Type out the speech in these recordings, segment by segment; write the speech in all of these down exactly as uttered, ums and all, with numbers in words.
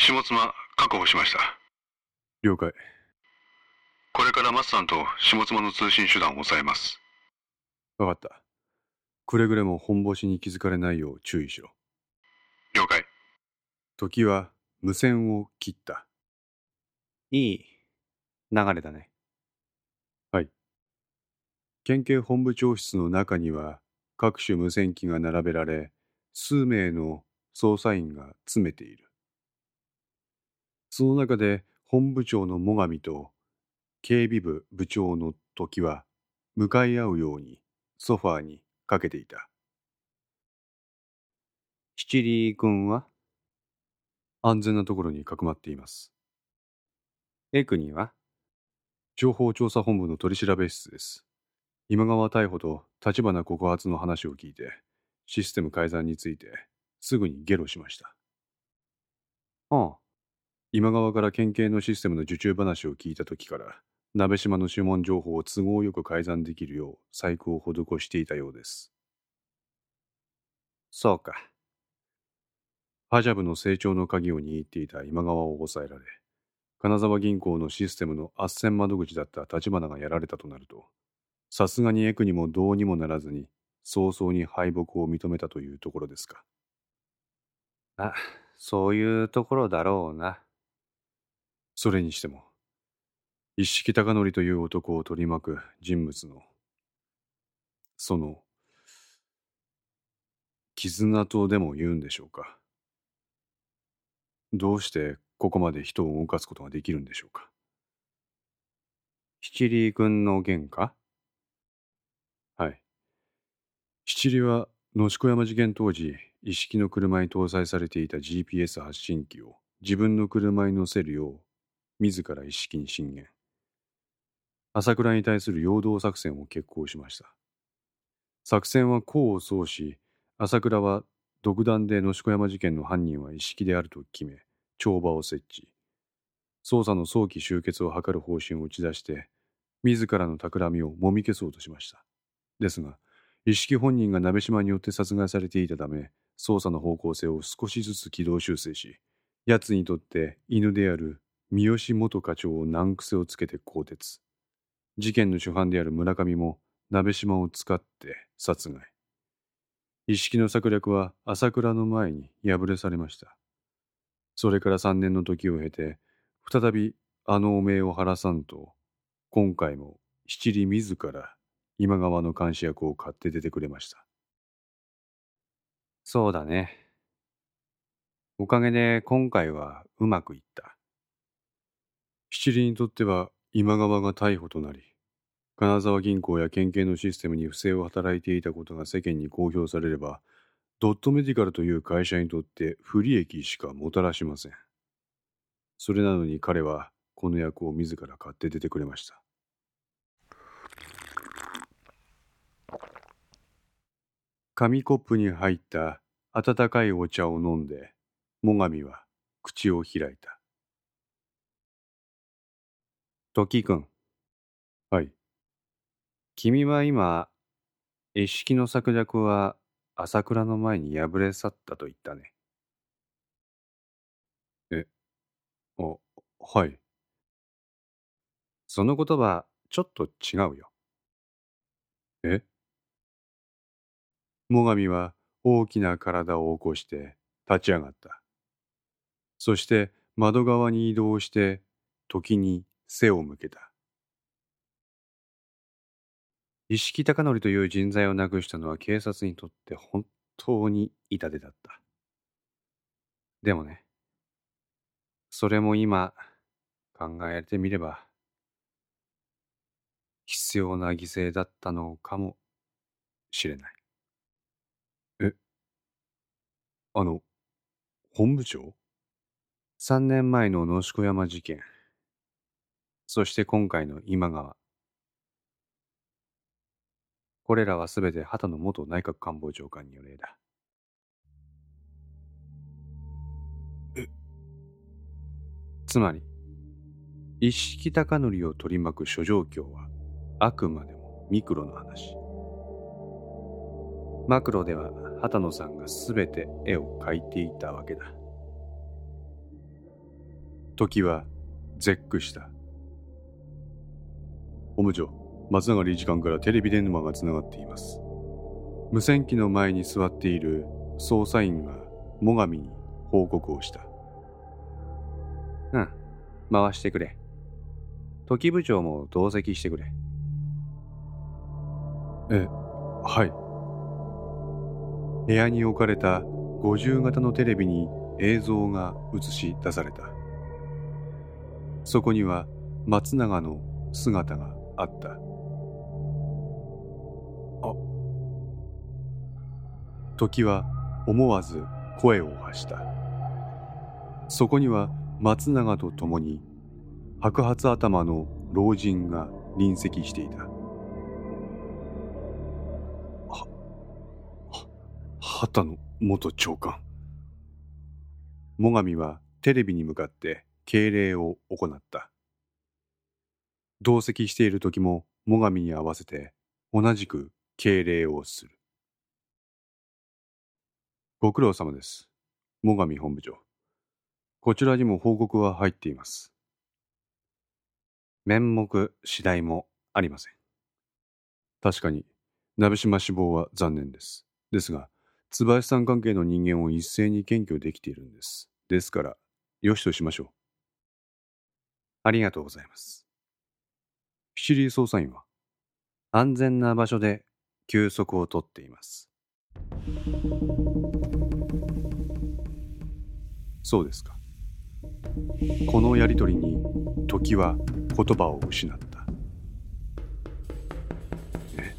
下妻確保しました。 了解。 これからマスさんと下妻の通信手段を抑えます。 わかった。くれぐれも本星に気づかれないよう注意しろ。 了解。 時は無線を切った。 いい流れだね。 はい。県警本部長室の中には各種無線機が並べられ、数名の捜査員が詰めている。その中で本部長の最上と警備部部長の時は向かい合うようにソファーにかけていた。 七里君は安全なところにかくまっています。 エクニは情報調査本部の取調べ室です。今川逮捕と立花告発の話を聞いて、システム改ざんについてすぐにゲロしました。 ああ。 今川から県警のシステムの受注話を聞いた時から、鍋島の指紋情報を都合よく改ざんできるよう細工を施していたようです。 そうか。 ハジャブの成長の鍵を握っていた今川を抑えられ、金沢銀行のシステムの斡旋窓口だった立花がやられたとなると、さすがにエクにもどうにもならずに早々に敗北を認めたというところですか。 あ、そういうところだろうな。 それにしても、一色高則という男を取り巻く人物の、その、絆とでも言うんでしょうか。どうしてここまで人を動かすことができるんでしょうか。 七里君の件か？ はい。七里は野子山事件当時、一色の車に搭載されていた ジーピーエス 発信機を自分の車に乗せるよう、自ら一色に進言。朝倉に対する陽動作戦を決行しました。作戦は功を奏し、朝倉は独断で野子山事件の犯人は一色であると決め、帳場を設置。捜査の早期終結を図る方針を打ち出して、自らの企みをもみ消そうとしました。ですが、一色本人が鍋島によって殺害されていたため、捜査の方向性を少しずつ軌道修正し、奴にとって犬である三好元課長を難癖をつけて更迭。事件の主犯である村上も鍋島を使って殺害。一色の策略は朝倉の前に破れされました。それから三年の時を経て、再びあの汚名を晴らさんと、今回も七里自ら今川の監視役を買って出てくれました。 そうだね。おかげで今回はうまくいった。 七里にとっては今川が逮捕となり、金沢銀行や県警のシステムに不正を働いていたことが世間に公表されれば、ドットメディカルという会社にとって不利益しかもたらしません。それなのに彼はこの役を自ら買って出てくれました。紙コップに入った温かいお茶を飲んで、最上は口を開いた。 時君。 はい。 君は今、一色の策略は朝倉の前に破れ去ったと言ったね。 え、あ、はい。 その言葉、ちょっと違うよ。 え？最上は大きな体を起こして立ち上がった。そして窓側に移動して時に背を向けた。 一色高則という人材をなくしたのは警察にとって本当に痛手だった。でもね、それも今考えてみれば必要な犠牲だったのかもしれない。 え、あの、本部長？ 三年前の野子山事件、そして今回の今川。これらはすべて畑野元内閣官房長官による例だ。 え、 つまり、一色高則を取り巻く諸状況はあくまでもミクロの話。マクロでは畑野さんがすべて絵を描いていたわけだ。 時は絶句した。本部長、松永理事官からテレビ電話がつながっています。無線機の前に座っている捜査員が最上に報告をした。 うん、回してくれ。時部長も同席してくれ。 え、はい。部屋に置かれたごじゅう型のテレビに映像が映し出された。そこには松永の姿があった。あ、時は思わず声を発した。そこには松永と共に白髪頭の老人が臨席していた。は、は、畑野元長官。最上はテレビに向かって敬礼を行った。同席している時も最上に合わせて同じく敬礼をする。ご苦労様です、最上本部長。こちらにも報告は入っています。 面目次第もありません。 確かに鍋島死亡は残念です。ですが津林さん関係の人間を一斉に検挙できているんです。ですからよしとしましょう。 ありがとうございます。 七里捜査員は安全な場所で休息をとっています。 そうですか。このやりとりに時は言葉を失った。え、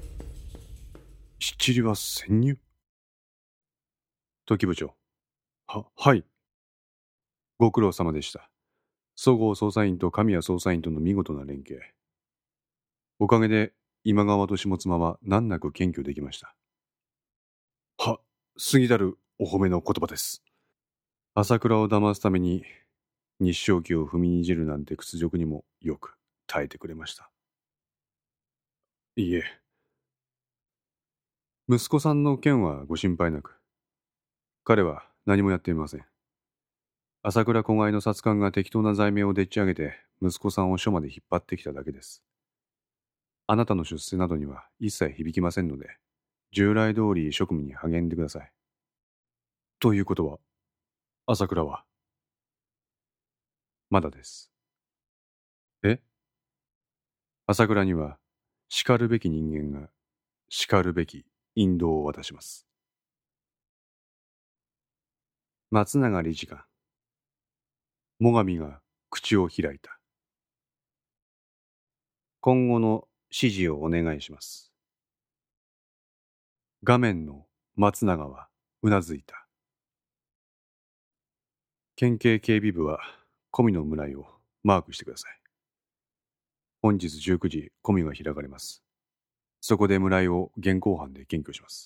七里は潜入？時部長。は、はい。ご苦労様でした。そごう捜査員と神谷捜査員との見事な連携。おかげで今川と下妻は難なく検挙できました。は、過ぎたるお褒めの言葉です。朝倉を騙すために日照旗を踏みにじるなんて屈辱にもよく耐えてくれました。いいえ。息子さんの件はご心配なく。彼は何もやっていません。朝倉子飼いの殺官が適当な罪名をでっち上げて息子さんを署まで引っ張ってきただけです。あなたの出世などには一切響きませんので、従来通り職務に励んでください。ということは、朝倉はまだです。え？朝倉には叱るべき人間が叱るべき引導を渡します。 松永理事官。 最上が口を開いた。 今後の指示をお願いします。 画面の松永はうなずいた。県警警備部は小見の村井をマークしてください。本日じゅうくじ小見が開かれます。そこで村井を現行犯で検挙します。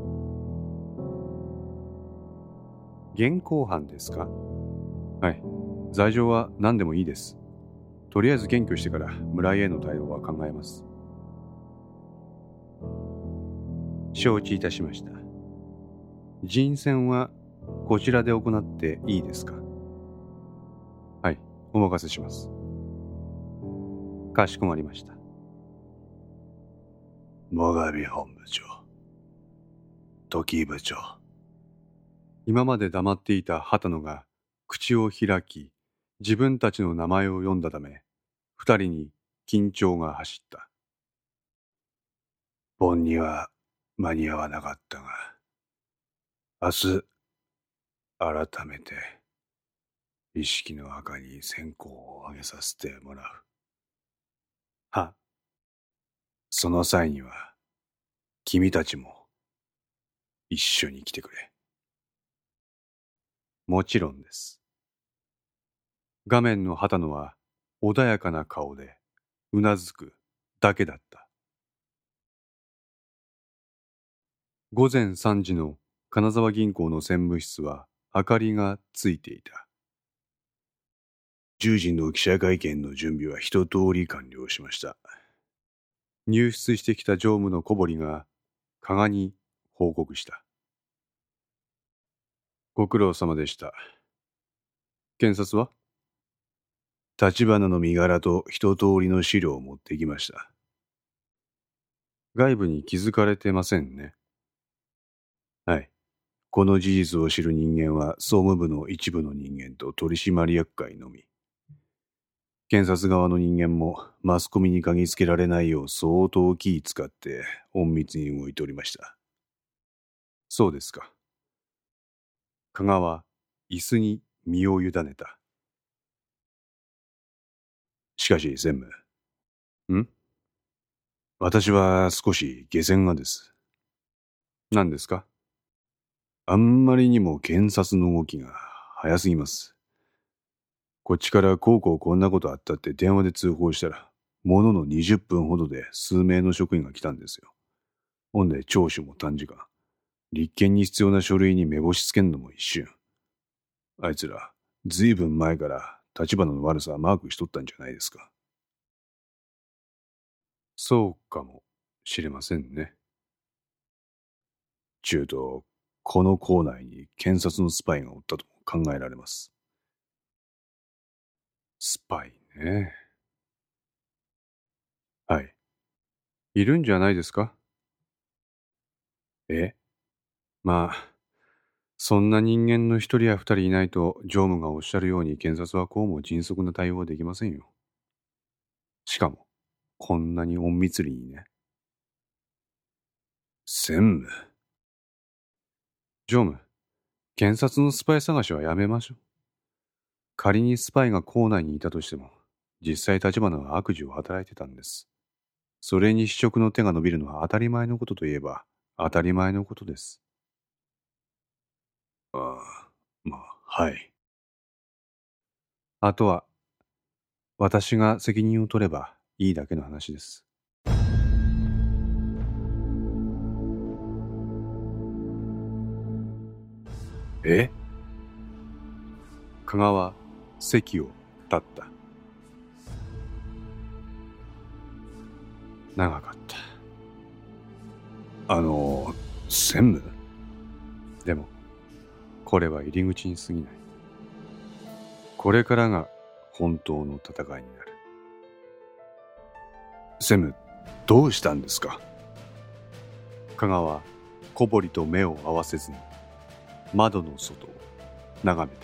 現行犯ですか？ はい。罪状は何でもいいです。とりあえず検挙してから村井への対応は考えます。 承知いたしました。人選はこちらで行っていいですか？ はい、お任せします。 かしこまりました。 最上本部長、時部長。 今まで黙っていた畑野が口を開き、自分たちの名前を読んだため、二人に緊張が走った。 盆には間に合わなかったが、明日、改めて、意識の赤に線香をあげさせてもらう。 は、 その際には、君たちも、一緒に来てくれ。 もちろんです。 画面の畑野は穏やかな顔でうなずくだけだった。午前さんじの金沢銀行の専務室は明かりがついていた。 じゅうじの記者会見の準備は一通り完了しました。 入室してきた常務の小堀が加賀に報告した。ご苦労様でした。検察は？ 立花の身柄と一通りの資料を持ってきました。 外部に気づかれてませんね。 はい。この事実を知る人間は総務部の一部の人間と取締役会のみ。検察側の人間もマスコミに嗅ぎつけられないよう相当気使って隠密に動いておりました。 そうですか。加賀は椅子に身を委ねた。 しかし専務。 ん？ 私は少し下船がです。 何ですか？ あんまりにも検察の動きが早すぎます。こっちからこうこうこんなことあったって電話で通報したら、もののにじゅっぷんほどで数名の職員が来たんですよ。ほんで聴取も短時間。立件に必要な書類に目星つけんのも一瞬。あいつら、ずいぶん前から立花の悪さはマークしとったんじゃないですか。 そうかもしれませんね。 ちゅうと、この校内に検察のスパイがおったとも考えられます。 スパイね。 はい。 いるんじゃないですか？ え？ まあ、そんな人間の一人や二人いないと常務がおっしゃるように検察はこうも迅速な対応はできませんよ。しかも、こんなに隠密裏にね。 専務。 常務、検察のスパイ探しはやめましょう。仮にスパイが校内にいたとしても、実際立花は悪事を働いてたんです。それに試食の手が伸びるのは当たり前のことといえば当たり前のことです。 ああ、まあ、はい。 あとは、私が責任を取ればいいだけの話です。 え？ 加賀は席を立った。長かった。 あの、専務？ でも、これは入り口に過ぎない。これからが本当の戦いになる。 専務、どうしたんですか？ 加賀は小堀と目を合わせずに窓の外を眺めた。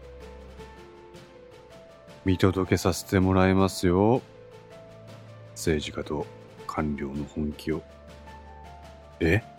見届けさせてもらいますよ。政治家と官僚の本気を。 え？